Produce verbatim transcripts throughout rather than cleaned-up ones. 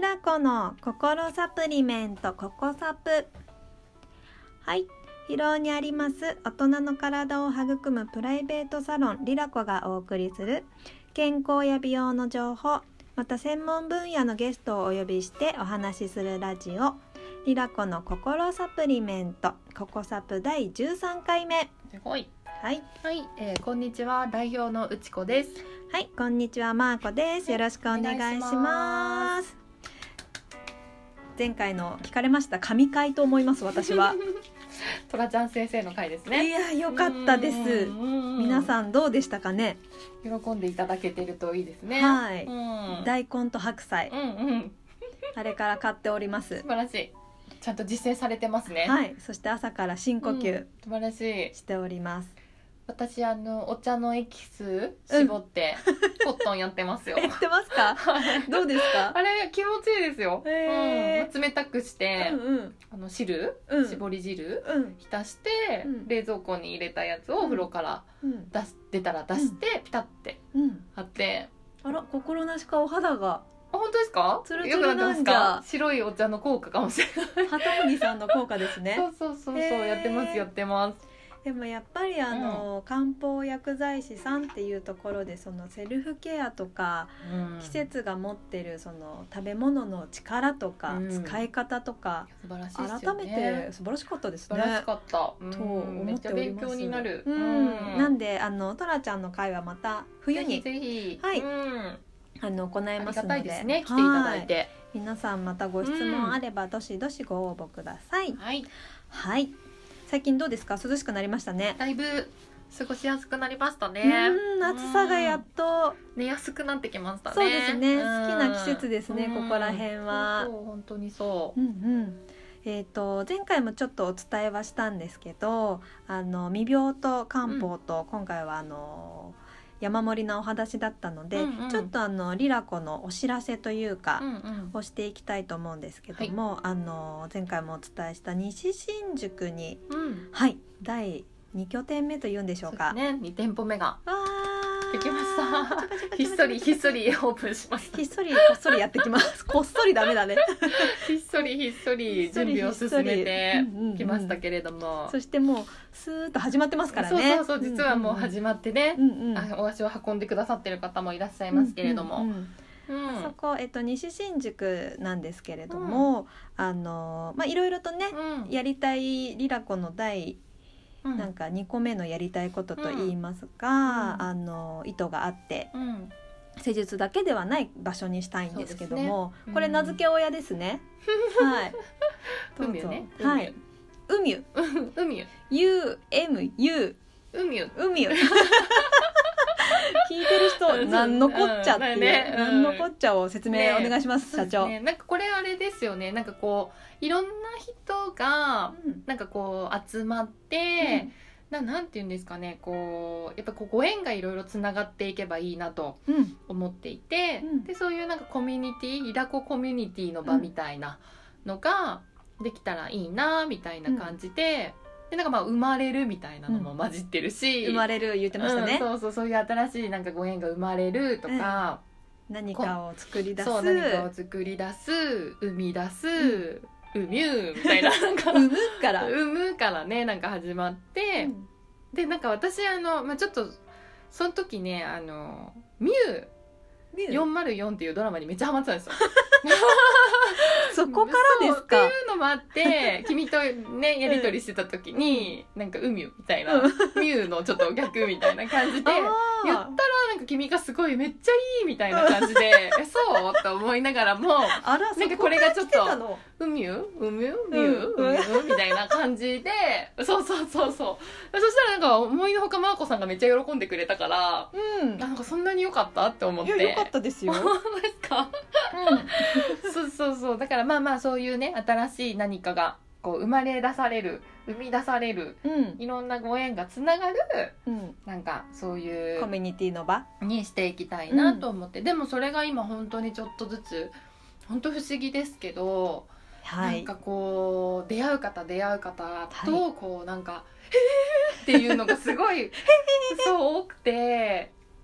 ラコの心サプリメントココサプ。はい、広尾にあります大人の体を育むプライベートサロンリラコがお送りする健康や美容の情報、また専門分野のゲストをお呼びしてお話しするラジオ、リラコの心サプリメントココサプだいじゅうさんかいめ。 すごい。 はい、 はい、えー、こんにちは、代表のうちこです。 はい、こんにちは、まーこです。よろしくお願いします。前回の聞かれました神回と思います。私はトラちゃん先生の回ですね。 いや、よかったです。皆さんどうでしたかね。 喜んでいただけてるといいですね。 はい、 うん、 大根と白菜、 うんうん、 あれから買っております。 素晴らしい。ちゃんと実践されてますね。 はい、そして朝から深呼吸、うん、 素晴らしいしております。 私あのお茶のエキス絞って、うん、コットンやってますよ。 やってますかどうですか。 あれ気持ちいいですよ、 えーうん、冷たくして、うんうん、あの汁、うん、絞り汁、うん、浸して、うん、冷蔵庫に入れたやつをお風呂から出し、うん、出たら出して、うん、ピタッて貼って、 うん、あら、心なしかお肌があ、本当ですか。 ツルツルなんじゃ。 白いお茶の効果かもしれない。 鳩麦さんの効果ですね。 そうそうそうそう、やってますやってます。 でもやっぱりあの、うん、漢方薬剤師さんっていうところでそのセルフケアとか、うん、季節が持ってるその食べ物の力とか、うん、使い方とか、 素晴らしいですよね。 改めて素晴らしかったですね。 素晴らしかった、 うん、と思っております。めっちゃ勉強になる、 うんうん、なんであのトラちゃんの会はまた冬にぜひぜひ、 はい、 うん、 あの行いますので、ありがたいですね、来ていただいて、 皆さんまたご質問あれば、うん、どしどしご応募ください。 はい、 はい、最近どうですか。涼しくなりましたね。 だいぶ過ごしやすくなりましたね。 うん、暑さがやっと寝やすくなってきましたね。 そうですね、好きな季節ですね、ここら辺は。 そうそう、本当にそう、 うんうん。えーと、前回もちょっとお伝えはしたんですけど、あの未病と漢方と、うん、今回はあの山盛りなお話だったので、うんうん、ちょっとあのリラコのお知らせというか、うんうん、をしていきたいと思うんですけども、はい、あの前回もお伝えした西新宿に、うん、はいだいに拠点目というんでしょうか。 そうですね、に店舗目ができました。ひっそりひっそりオープンしました。 ひっそりこっそりやってきます。こっそりダメだね。 ひっそりひっそり準備を進めてきましたけれども、うんうんうん、 そしてもうスーッと始まってますからね。 そうそうそう、実はもう始まってね、うんうん、あお足を運んでくださってる方もいらっしゃいますけれども、うんうんうんうん、そこ、えっと、西新宿なんですけれども、うん、あのまあいろいろとね、うん、やりたいリラコの第なんかにこめのやりたいことといいますか、うん、あの意図があって、うん、施術だけではない場所にしたいんですけども、ね、これ名付け親ですね。はい。 どうぞ。ね、 はい。うみゅ。 うみゅ。 U M U。 うみゅ。 うみゅ。聞いてる人何のこっちゃっていう、うんね、うん、何のこっちゃを説明お願いします、ね、社長。 ね、なんかこれあれですよね、なんかこういろんな人がなんかこう集まって、うん、な, なんていうんですかね、こうやっぱこうご縁がいろいろつながっていけばいいなと思っていて、うん、でそういうなんかコミュニティ、リラココミュニティの場みたいなのができたらいいなみたいな感じで、うん、でなんかまあ生まれるみたいなのも混じってるし、 うん、生まれる言ってましたね、 うん、そうそう、そういう新しいなんかご縁が生まれるとか、 うん、何かを作り出す、 そう何かを作り出す、生み出す、うんうみゅうみたいな、なんか産むから産むからね、なんか始まって、うん、でなんか私あの、まあ、ちょっとその時ね、あのミューよんまるよんっていうドラマにめっちゃハマってたんですよ。 そこからですか。 っていうのもあって君とねやり取りしてた時に、うん、なんかうみゅみたいな、ミューのちょっと逆みたいな感じで言ったら、なんか君がすごいめっちゃいいみたいな感じでえそうって思いながらも、 あら、 なんかこれがちょっとうみゅうみゅうみゅううみゅうみたいな感じで、そうそうそうそう、そしたらなんか思いのほかマーコさんがめっちゃ喜んでくれたから、うん、なんかそんなに良かったって思って。 いや、良かったですよ。 本当ですか。うん、そうそうそう、だからまあまあそういうね、新しい何かがこう生まれ出される、生み出される、うん、いろんなご縁がつながる、うん、なんかそういうコミュニティの場にしていきたいなと思って、うん、でもそれが今本当にちょっとずつ本当不思議ですけど、はい、なんかこう出会う方出会う方とこうなんか、はい、へーっていうのがすごいそう多くて、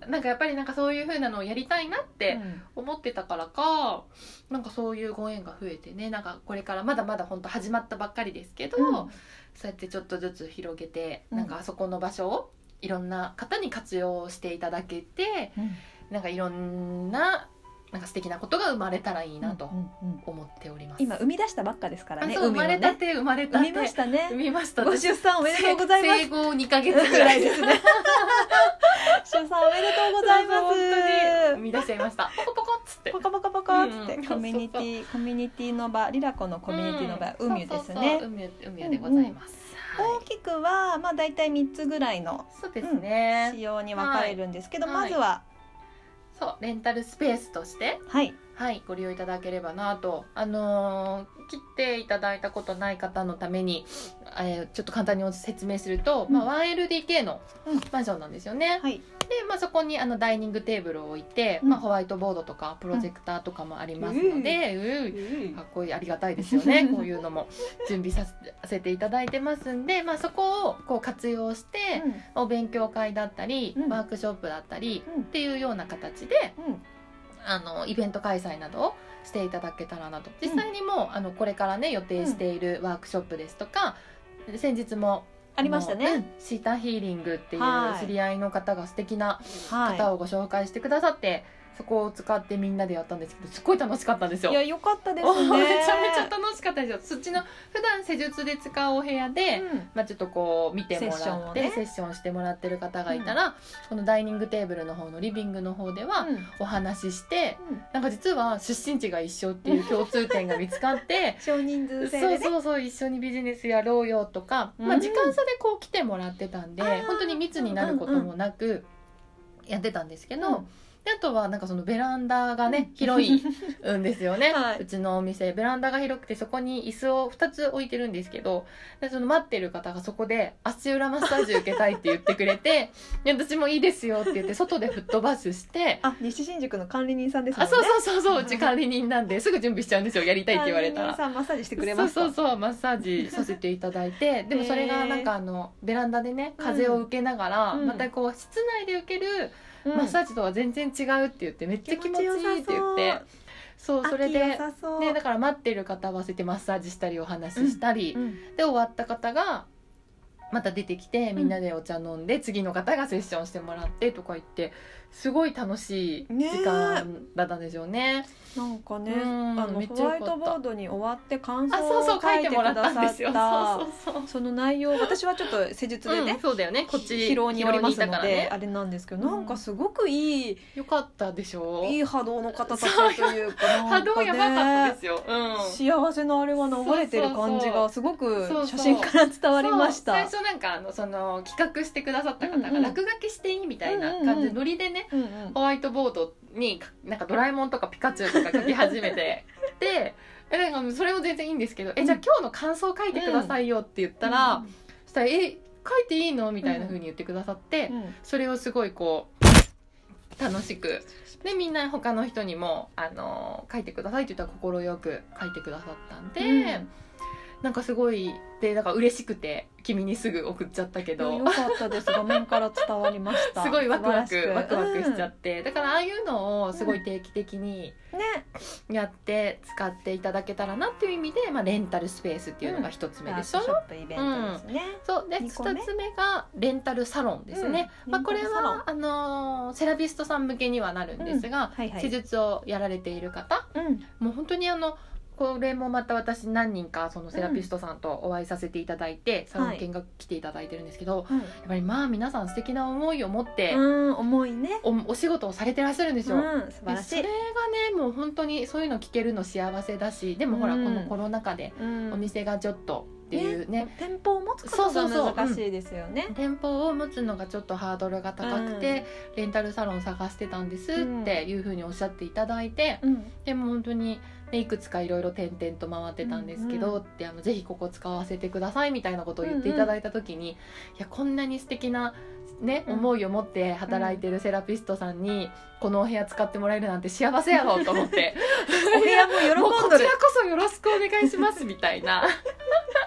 なんかやっぱりなんかそういう風なのをやりたいなって思ってたからか、うん、なんかそういうご縁が増えてね、なんかこれからまだまだ本当始まったばっかりですけど、うん、そうやってちょっとずつ広げて、うん、なんかあそこの場所をいろんな方に活用していただけて、うん、なんかいろんななんか素敵なことが生まれたらいいなと思っております。 今生み出したばっかですからね。 そう、生まれたて生まれたて生みましたね。 生みました。 ご出産おめでとうございます。 生後にかげつぐらいですね。 出産おめでとうございます。 本当に生み出しちゃいました。ポコポコっつってポコポコポコっつって、うん、コミュニティコミュニティの場、リラコのコミュニティの場、うん、海ですね。 海海でございます。 うんうん、はい、大きくはまあだいたいみっつぐらいのそうですね、 うん、仕様に分かれるんですけど、 はい、 まずはそうレンタルスペースとしてはいはい、ご利用いただければなと、あのー、来ていただいたことない方のために、えー、ちょっと簡単に説明すると、うん、まあ、ワンエルディーケー のマンションなんですよね、 はい、 で、まあ、そこにあのダイニングテーブルを置いて、うん、まあ、ホワイトボードとかプロジェクターとかもありますので、うん、かっこいい、ありがたいですよねこういうのも準備させていただいてますんで、まあ、そこをこう活用して、うん、お勉強会だったり、うん、ワークショップだったり、うん、っていうような形で、うんあのイベント開催などをしていただけたらなと。実際にもう、うん、あのこれからね予定しているワークショップですとか、うん、先日もありましたね、 うん、シータヒーリングっていう知り合いの方が素敵な方をご紹介してくださって、はい、そこを使ってみんなでやったんですけどすごい楽しかったんですよ。 いや良かったですね。 めちゃめちゃ楽しかったですよ。そっちの普段施術で使うお部屋で、うん、まあ、ちょっとこう見てもらってセッションをね、セッションしてもらってる方がいたら、うん、このダイニングテーブルの方のリビングの方ではお話しして、うん、なんか実は出身地が一緒っていう共通点が見つかって少人数制でね、 そうそうそう、一緒にビジネスやろうよとか、うん、まあ、時間差でこう来てもらってたんで、本当に密になることもなくやってたんですけど、うん、であとはなんかそのベランダがね広いんですよね、はい、うちのお店ベランダが広くてそこに椅子をふたつ置いてるんですけど、でその待ってる方がそこで足裏マッサージ受けたいって言ってくれてで私もいいですよって言って外でフットバスして、 あ、西新宿の管理人さんですもんね。 あ、そうそうそうそう、うち管理人なんですぐ準備しちゃうんですよ、やりたいって言われたら。 管理人さんマッサージしてくれますか。 そうそうそう、マッサージさせていただいてでもそれがなんかあのベランダでね風を受けながら、うん、またこう室内で受けるマッサージとは全然違うって言ってめっちゃ気持ちいいって言って、そうそれででだから待ってる方はそうやってマッサージしたりお話ししたり、うんうん、で終わった方がまた出てきてみんなでお茶飲んで、うん、次の方がセッションしてもらってとか言ってすごい楽しい時間だったんですよね。 なんかね、あのホワイトボードに終わって感想を書いてくださったその内容、私はちょっと施術でね、 うん、そうだよね、こっち疲労におりますので、 ね、 あれなんですけど、なんかすごくいい、 よかったでしょう、 いい波動の方たちというか、 波動やばかったですよ、うん、 幸せのあれが流れてる感じがすごく写真から伝わりました。 最初なんかあのその企画してくださった方が落書きしていいみたいな感じでノリでね、うんうん、ホワイトボードになんかドラえもんとかピカチュウとか書き始めてでなんかそれも全然いいんですけど、うん、えじゃあ今日の感想書いてくださいよって言ったら、うん、そしたらえ書いていいのみたいな風に言ってくださって、うん、それをすごいこう楽しくでみんな他の人にもあの書いてくださいって言ったら快く書いてくださったんで、うん、なんかすごいでなんか嬉しくて君にすぐ送っちゃったけどよかったです、画面から伝わりましたすごいワクワクワクワクしちゃって、うん、だからああいうのをすごい定期的にやって使っていただけたらなっていう意味で、まあ、レンタルスペースっていうのが一つ目でしょ、うん、 ショップイベントですね、 うん、そうで二つ目がレンタルサロンですね、うん、まあ、これはあのー、セラピストさん向けにはなるんですが、うんはいはい、施術をやられている方、うん、もう本当にあのこれもまた私何人かそのセラピストさんとお会いさせていただいて、うん、サロン見学来ていただいてるんですけど、はい、やっぱりまあ皆さん素敵な思いを持って、 うん、思いねお, お仕事をされてらっしゃるんですよ、 うん、素晴らしい。 それがねもう本当にそういうの聞けるの幸せだし、でもほら、うん、このコロナ禍でお店がちょっとっていうね、 ね、店舗を持つことが難しいですよね。 そうそうそう、うん、店舗を持つのがちょっとハードルが高くて、うん、レンタルサロン探してたんですっていうふうにおっしゃっていただいて、うん、でも本当にでいくつかいろいろ点々と回ってたんですけど、うんうん、ってあのぜひここ使わせてくださいみたいなことを言っていただいた時に、うんうん、いやこんなに素敵なね、うん、思いを持って働いてるセラピストさんにこのお部屋使ってもらえるなんて幸せやろうと思ってお部屋も喜んでる、 もうこちらこそよろしくお願いしますみたいな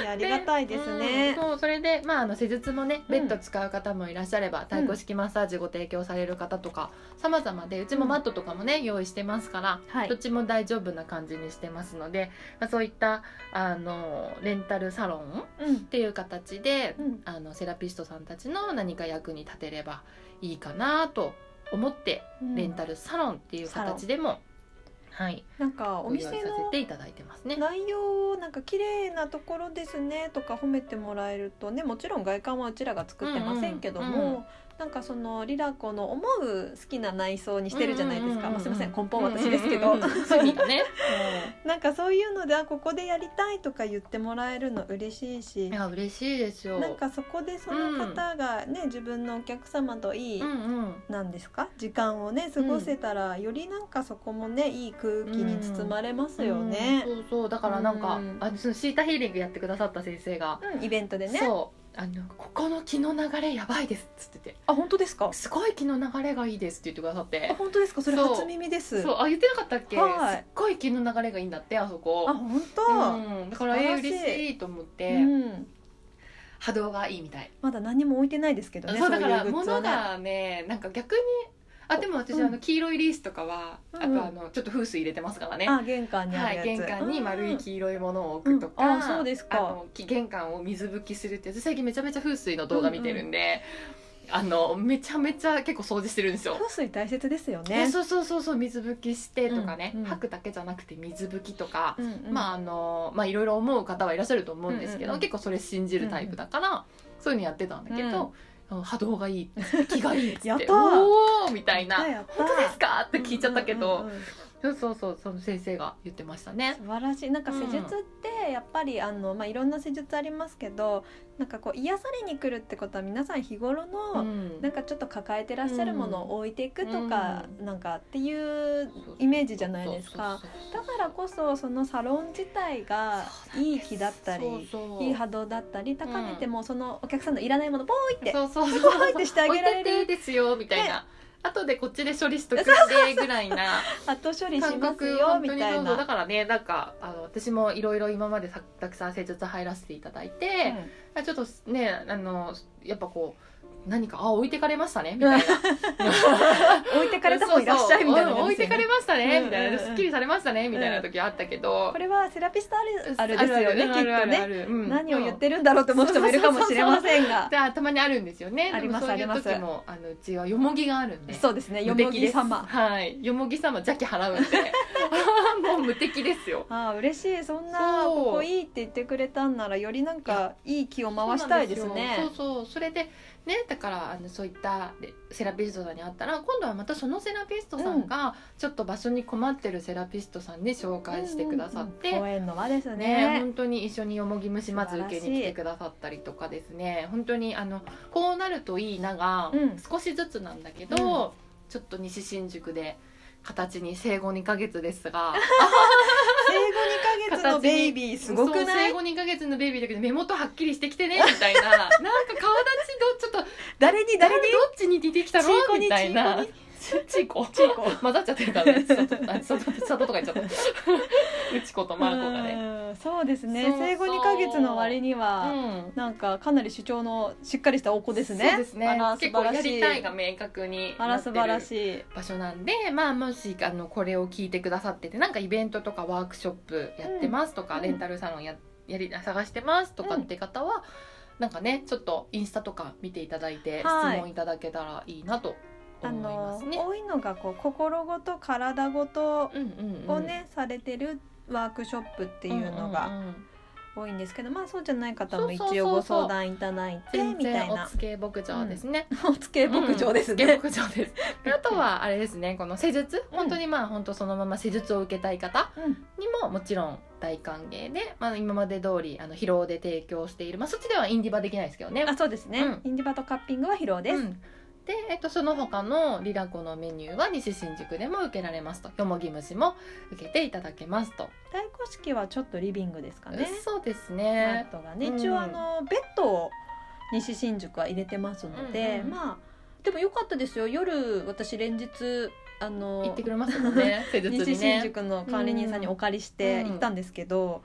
いやありがたいですね、 うん、そうそれで、まあ、あの施術もねベッド使う方もいらっしゃれば、太鼓式マッサージご提供される方とか様々で、うちもマットとかもね、うん、用意してますから、はい、どっちも大丈夫な感じにしてますので、まあ、そういったあのレンタルサロンっていう形で、うん、あのセラピストさんたちの何か役に立てればいいかなと思って、うん、レンタルサロンっていう形でも、はい、 なんかお店のご用意させていただいてますね。 内容なんか綺麗なところですねとか褒めてもらえるとね、もちろん外観はうちらが作ってませんけども、うんうん、なんかそのリラコの思う好きな内装にしてるじゃないですか、まあ、すいません根本私ですけど、ね、なんかそういうのでここでやりたいとか言ってもらえるの嬉しいし、 いや嬉しいですよ。 なんかそこでその方がね、うん、自分のお客様といい、うんうん、なんですか時間をね過ごせたら、うん、よりなんかそこもねいい空気に包まれますよね、 うんうん、そうそうだからなんか、うん、あそのシータヒーリングやってくださった先生が、 うん、イベントでね、 そうあのここの気の流れやばいですっつってて、 あ本当ですか、 すごい気の流れがいいですって言ってくださって、 あ本当ですか、それ初耳です。 そう、あ言ってなかったっけ、 はい、 すっごい気の流れがいいんだってあそこ、 あ本当、 うん、だからえー、嬉しいと思って、うん、波動がいいみたい。 まだ何も置いてないですけどね、 そうだからそういうグッズはね、 物がねなんか逆にあでも私、うん、あの黄色いリースとかは、うん、あとあのちょっと風水入れてますからね、 あ玄関にあるやつ、 はい、玄関に丸い黄色いものを置くとか、 うん、あそうですか、あの玄関を水拭きするって最近めちゃめちゃ風水の動画見てるんで、うんうん、あのめちゃめちゃ結構掃除してるんですよ。 風水大切ですよね。 そうそうそうそう、水拭きしてとかね、 うんうん、 吐くだけじゃなくて水拭きとか、 うんうん、 まああのまあいろいろ思う方はいらっしゃると思うんですけど、うんうん、結構それ信じるタイプだから、うんうん、そういうのやってたんだけど、うん、波動がいい気がいいっつってやったおーみたいな、 やった本当ですかって聞いちゃったけど、 うんうんうんうん、 そうそうそう、その先生が言ってましたね。 素晴らしい。なんか施術ってやっぱりあの、まあ、いろんな施術ありますけど、なんかこう癒されに来るってことは皆さん日頃の、うん、なんかちょっと抱えてらっしゃるものを置いていくとか、うん、なんかっていうイメージじゃないですか。だからこそそのサロン自体がいい気だったりそうそういい波動だったり高めても、そのお客さんのいらないものボーイってそうそうそうボーイってしてあげられる、 置いてていいですよみたいな、ね、後でこっちで処理しとくんでぐらいな後処理しますよみたいな。 だからね、なんかあの私もいろいろ今までたくさん施術入らせていただいて、うん、ちょっとねあのやっぱこう何かあ置いてかれましたねみたいな置いてかれた方いらっしゃいみたいな、ね、 置いてかれましたねみたいな、すっきりされましたねみたいな時あったけど、 これはセラピストあるあるですよね、きっとね、 うん、 何を言ってるんだろうと思う人もいるかもしれませんが、 たまにあるんですよね。 ありますあります。 そういう時もあのうちはよもぎがあるんで。 そうですね、よもぎ様、 はいよもぎ様邪気払うんでもう無敵ですよ。 あ嬉しい、そんなここいいって言ってくれたんならよりなんかいい気を回したいですね。 そうそう、それでね、だからあのそういったセラピストさんに会ったら今度はまたそのセラピストさんがちょっと場所に困ってるセラピストさんに紹介してくださって、 うんうんうん、ご縁の輪です ね, ね本当に一緒によもぎ虫まず受けに来てくださったりとかですね、本当にあのこうなるといいなが、うん、少しずつなんだけど、うん、ちょっと西新宿で形に生後にかげつですが生後にかげつのベイビーすごくない？ 生後にかげつのベイビーだけど目元はっきりしてきてねみたいななんか顔立ちどちょっと誰に誰にどっちに出てきたのみたいなチーコチーコ混ざっちゃってるからね佐藤とか言っちゃったうちことマーコがね、 そうですね、そうそう生後にかげつの割には、うん、なんかかなり主張のしっかりしたお子ですね。 そうですね、結構やりたいが明確になってる場所なんで、まあもしあのこれを聞いてくださっててなんかイベントとかワークショップやってますとか、うん、レンタルサロンややり探してますとかって方は、うん、なんかねちょっとインスタとか見ていただいて、はい、質問いただけたらいいなと思いますね。 あの多いのがこう心ごと体ごとをね、うんうんうん、されてるワークショップっていうのが多いんですけど、うんうんうん、まあそうじゃない方も一応ご相談いただいてみたいな。 おつけ牧場ですね、 うん、おつけ牧場ですね、 うん、おつけ牧場ですあとはあれですね、この施術、うん、本当にまあ本当そのまま施術を受けたい方にももちろん大歓迎で、まあ、今まで通りあの疲労で提供している、まあ、そっちではインディバできないですけどね。 あそうですね、うん、インディバとカッピングは疲労です、うんでえっと、その他のリラコのメニューは西新宿でも受けられますと、よもぎ虫も受けていただけますと。 太鼓式はちょっとリビングですかね。 そうですね、 マットがね、一応あの、うん、ベッドを西新宿は入れてますので、うんうん、まあでも良かったですよ。夜私連日あの行ってくれますもんね施術にね西新宿の管理人さんにお借りして行ったんですけど、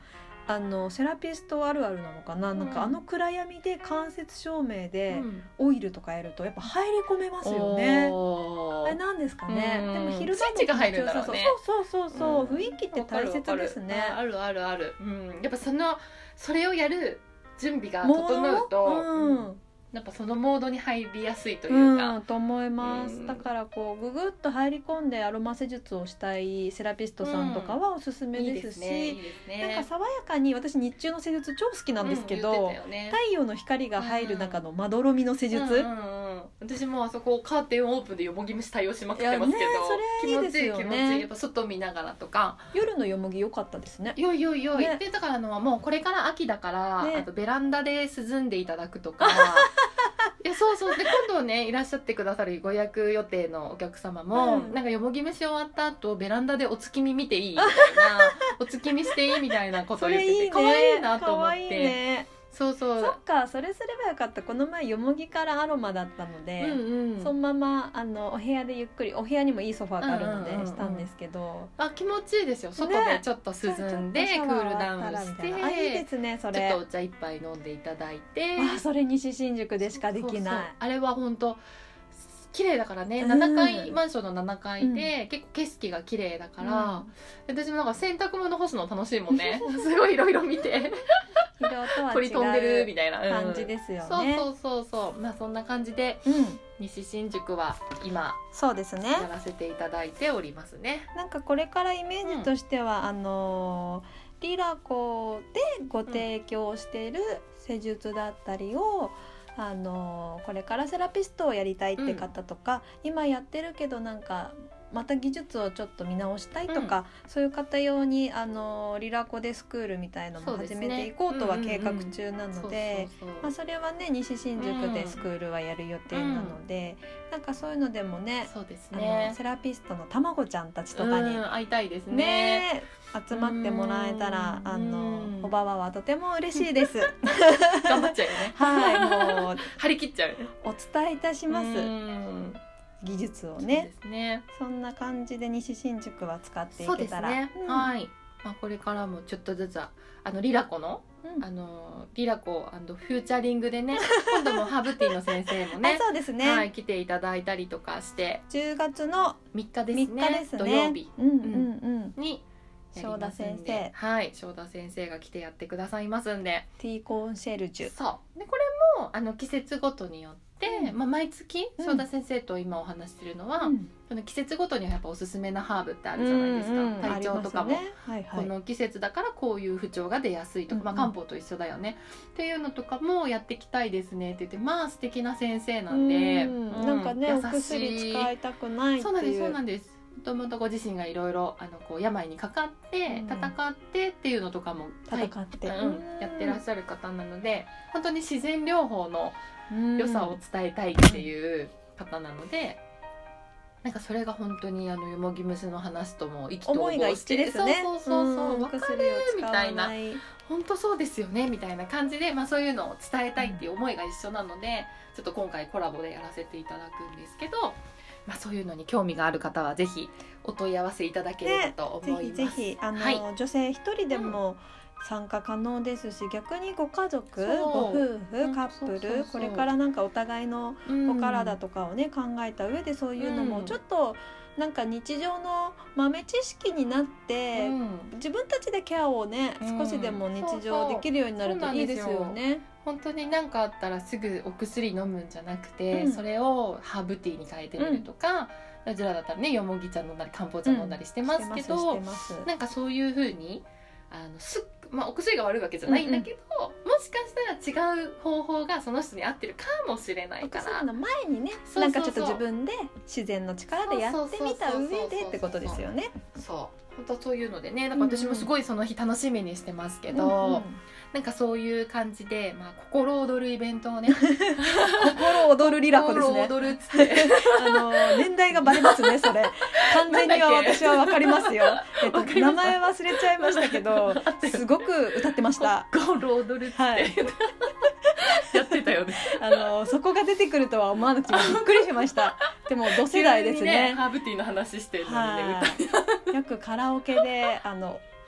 あのセラピストあるあるなのかな、うん、なんかあの暗闇で間接照明でオイルとかやるとやっぱ入り込めますよね、うん、あれなんですかね、うん、でも昼間スイッチが入るんだろうね。 そうそうそうそう、うん、雰囲気って大切ですね。 あるあるある、うん、やっぱそのそれをやる準備が整うと、うん、やっぱそのモードに入りやすいというか、 うん、と思います、うん、だからこうググッと入り込んでアロマ施術をしたいセラピストさんとかはおすすめですし、なんか爽やかに、私日中の施術超好きなんですけど、うんね、太陽の光が入る中のまどろみの施術、うんうんうんうん、私もあそこカーテンオープンでよもぎ虫対応しまくってますけど、ね、 それいいですよね、 気持ちいい気持ちいい。やっぱ外見ながらとか、 夜のよもぎ良かったですね。 よいよいよい、ね、でだからあのもうこれから秋だから、ね、あとベランダで涼んでいただくとかいやそうそうで今度ねいらっしゃってくださるご予約予定のお客様も、うん、なんかよもぎ虫終わった後ベランダでお月見見ていいみたいなお月見していいみたいなことを言ってて、可愛いいなと思って。いいね、そうそう、 そっか、それすればよかった。この前よもぎからアロマだったので、うんうん、そのままあのお部屋でゆっくり、お部屋にもいいソファーがあるのでしたんですけど、うんうんうん、 あ気持ちいいですよ。外でちょっと涼んで、ね、クールダウンして、 あいいですね。それちょっとお茶一杯飲んでいただいて、 あそれ西新宿でしかできない。そうそう、 あれは本当綺麗だからね、ななかい、うん、マンションのななかいで、うん、結構景色が綺麗だから、うん、私もなんか洗濯物干すの楽しいもんねすごいいろいろ見て色とは鳥飛んでるみたいな感じですよね、 うん、そうそうそうそう、まあそんな感じで、うん、西新宿は今そうですねやらせていただいておりますね。 なんかこれからイメージとしては、うん、あのリラコでご提供している施術だったりを、あのこれからセラピストをやりたいって方とか、うん、今やってるけどなんかまた技術をちょっと見直したいとか、うん、そういう方用にあのリラコでスクールみたいのも始めていこうとは計画中なので、それはね西新宿でスクールはやる予定なので、うん、なんかそういうのでもね、 そうですね、 あのセラピストのたまごちゃんたちとかに、 うん、会いたいですね。 ね集まってもらえたら、あのおばばはとても嬉しいです頑張っちゃうよねはい、もう張り切っちゃうね。 お伝えいたします、技術をね。 そ, ねそんな感じで西新宿は使っていけたら、 そうですね、うん、はい、まあ、これからもちょっとずつあのリラコの、うん、あのリラコ&フューチャリングでね今度もハーブティーの先生もねそうですね、 はい、来ていただいたりとかしてじゅうがつのみっかですね、 みっかですね、 土曜日、 うんうんうん、 に正田先生、 はい正田先生が来てやってくださいますんで、 ティーコンシェルジュ、 そうでこれもあの季節ごとによって、うんまあ、毎月正田先生と今お話ししてるのは、うん、その季節ごとにはやっぱおすすめなハーブってあるじゃないですか、うんうん、体調とかも、ねはいはい、この季節だからこういう不調が出やすいとか、うんうん、まあ、漢方と一緒だよねっていうのとかもやっていきたいですねって言って、まあ素敵な先生なんで、うん、 なんかねお薬使いたくないっていう、 そうなんですそうなんです。もともとご自身がいろいろ病にかかって戦ってっていうのとかも、 うん、戦って、 はい、うん、やってらっしゃる方なので、本当に自然療法の良さを伝えたいっていう方なので、なんかそれが本当にあのよもぎ虫の話とも意気投合して、思いが一致ですね、そうそうそうそう、分かるみたいな、本当そうですよねみたいな感じで、まあ、そういうのを伝えたいっていう思いが一緒なので、ちょっと今回コラボでやらせていただくんですけど、まあ、そういうのに興味がある方はぜひお問い合わせいただければと思います、ね、 ぜひぜひあの、はい、女性一人でも参加可能ですし、うん、逆にご家族ご夫婦カップル、うん、そうそうそう、これからなんかお互いのお体とかをね、うん、考えた上でそういうのもちょっとなんか日常の豆知識になって、うん、自分たちでケアをね、うん、少しでも日常できるようになるといいですよね。 本当に何かあったらすぐお薬飲むんじゃなくて、うん、それをハーブティーに変えてみるとか、うん、うちらだったらねよもぎ茶飲んだり漢方茶飲んだりしてますけど、うん、なんかそういう風にあのすっ、まあ、お薬が悪いわけじゃないんだけど、うんうん、もしかしたら違う方法がその人に合ってるかもしれないから、お薬の前にね、なんかちょっと自分で自然の力でやってみた上でってことですよね。 そう本当そういうのでね、なんか私もすごいその日楽しみにしてますけど、うんうん、なんかそういう感じで、まあ、心躍るイベントをね心躍るリラコですね。 心躍るっつってあの年代がバレますねそれ。完全には私は分かりますよ。えっと、名前忘れちゃいましたけどすごく歌ってました。 心躍るっつって、はい、やってたよね。 あのそこが出てくるとは思わなくてびっくりしました。でも同世代ですね。 ねハーブティーの話してるのにね、 歌よくカラオケであの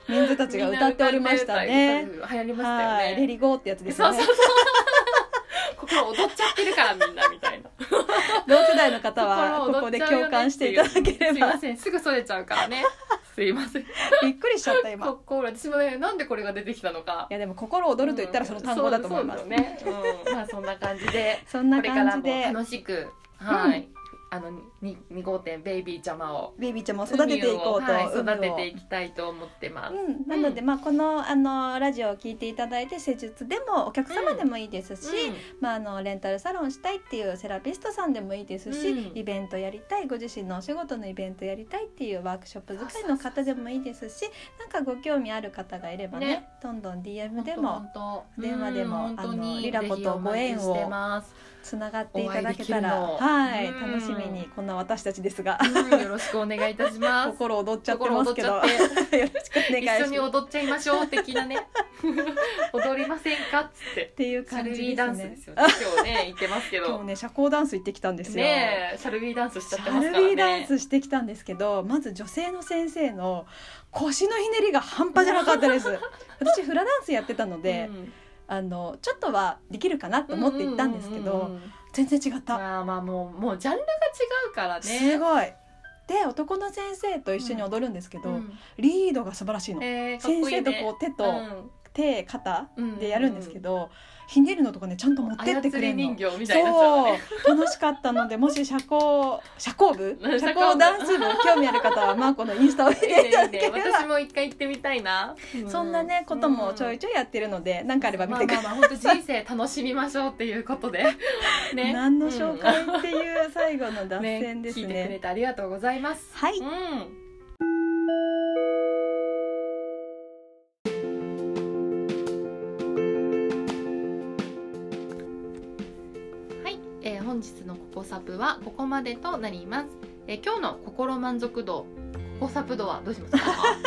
メンズたちが歌っておりましたね。 流行りましたよね。 レリゴーってやつですよね。 そうそうそう心踊っちゃってるからみんなみたいな。 同世代の方はここで共感していただければ。 すいません、すぐそれちゃうからね。すいません。 びっくりしちゃった今。 心、私もね、なんでこれが出てきたのか。 いやでも心躍ると言ったらその単語だと思います。 うん、そうそうね。うん、まあそんな感じで、 そんな感じでこれからも楽しく、はい。うん、あのにに号店ベイビーちゃまをベイビーちゃまを育てていこうと、 はい、育てていきたいと思ってます。 うん、なので、まあこのあのラジオを聞いていただいて施術でもお客様でもいいですし、うん、まああのレンタルサロンしたいっていうセラピストさんでもいいですし、うん、イベントやりたい、ご自身のお仕事のイベントやりたいっていうワークショップ使いの方でもいいですし、なんかご興味ある方がいればね、ね、どんどん ディーエム でも電話でもあのリラコとご縁をつながっていただけたら、はい、楽しみにこんな私たちですが、 うん、よろしくお願いいたします。 心躍っちゃってますけど、よろしくお願いします。 一緒に踊っちゃいましょう的なね。踊りませんかっつってっていう感じですね。 シャルビーダンスですよね。今日ね言ってますけど。 今日ね社交ダンス行ってきたんですよ。 ねシャルビーダンスしちゃってますからね。 シャルビーダンスしてきたんですけど、まず女性の先生の腰のひねりが半端じゃなかったです。私フラダンスやってたので、うん、あのちょっとはできるかなと思って行ったんですけど、うんうんうんうん、全然違った。 あまあもうもうジャンルが違うからね。 すごい。で男の先生と一緒に踊るんですけど、うん、リードが素晴らしいの、えーかっこいいね、先生とこう手と、うん、手肩でやるんですけど、うんうん、ひねるのとかねちゃんと持ってってくれるの。 人形みたいになっちゃうね。 そう楽しかったので、もし社交社交部社交ダンス部興味ある方はマーコのインスタを見ていただければ、 いいね、私も一回行ってみたいな、 うん、そんなねこともちょいちょいやってるので、何かあれば見てください。 まあまあまあ本当人生楽しみましょうっていうことで、 ね、何の紹介っていう最後の脱線ですね。 ね聞いてくれてありがとうございます。 はい、 うん本日のココサプはここまでとなります。え今日の心満足度ココサプ度はどうしますか？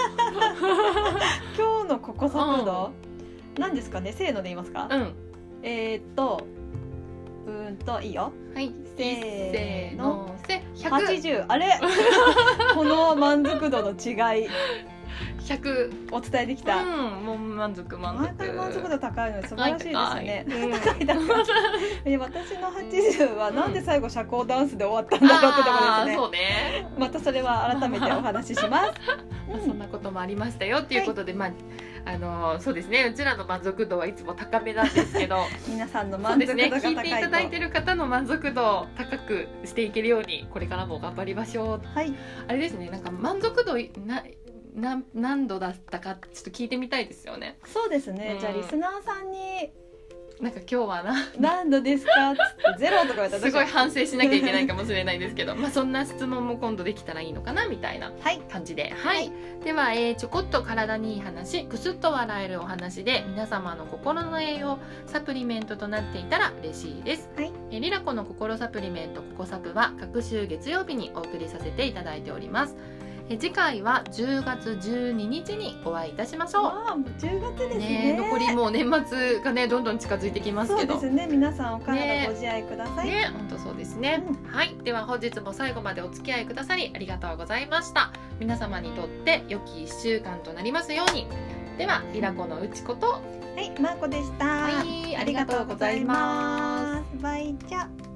今日のココサプ度、うん、何ですかね、せーので言いますか？ うん、 えー、っとうーんといいよ。 はい、 せーのせひゃくはちじゅう。あれこの満足度の違いひゃくお伝えできた。 うん、もう満足満足。 毎回満足度高いので素晴らしいですね。高い高い。私のはちじゅうはなんで最後社交ダンスで終わったんだろうってところですね。 そうね。 またそれは改めてお話しします。 うん、そんなこともありましたよっていうことで、はい、まあ。あのそうですね、うちらの満足度はいつも高めなんですけど皆さんの満足度が高いと、 ね、聞いていただいている方の満足度を高くしていけるようにこれからも頑張りましょう。 はい、 あれですね、なんか満足度なな何度だったかちょっと聞いてみたいですよね。 そうですね、うん、じゃあリスナーさんになんか今日はな何度ですかっつってゼロとか言われたらすごい反省しなきゃいけないかもしれないですけどまあそんな質問も今度できたらいいのかなみたいな感じで、はい、はい、では、えー、ちょこっと体にいい話、くすっと笑えるお話で皆様の心の栄養サプリメントとなっていたら嬉しいです。はい、えー、リラコの心サプリメントココサプは各週月曜日にお送りさせていただいております。え次回はじゅうがつじゅうににちにお会いいたしましょう。 ああ、もうじゅうがつですね。 ね、残りもう年末がねどんどん近づいてきますけど。 そうですね。皆さんお体ご自愛ください。 ね、本当、ね、そうですね、うん。はい、では本日も最後までお付き合いくださりありがとうございました。皆様にとって良きいっしゅうかんとなりますように。ではリラコのうちこと、はい、マーコでした。 はい、ありがとうございます。 バイチャ。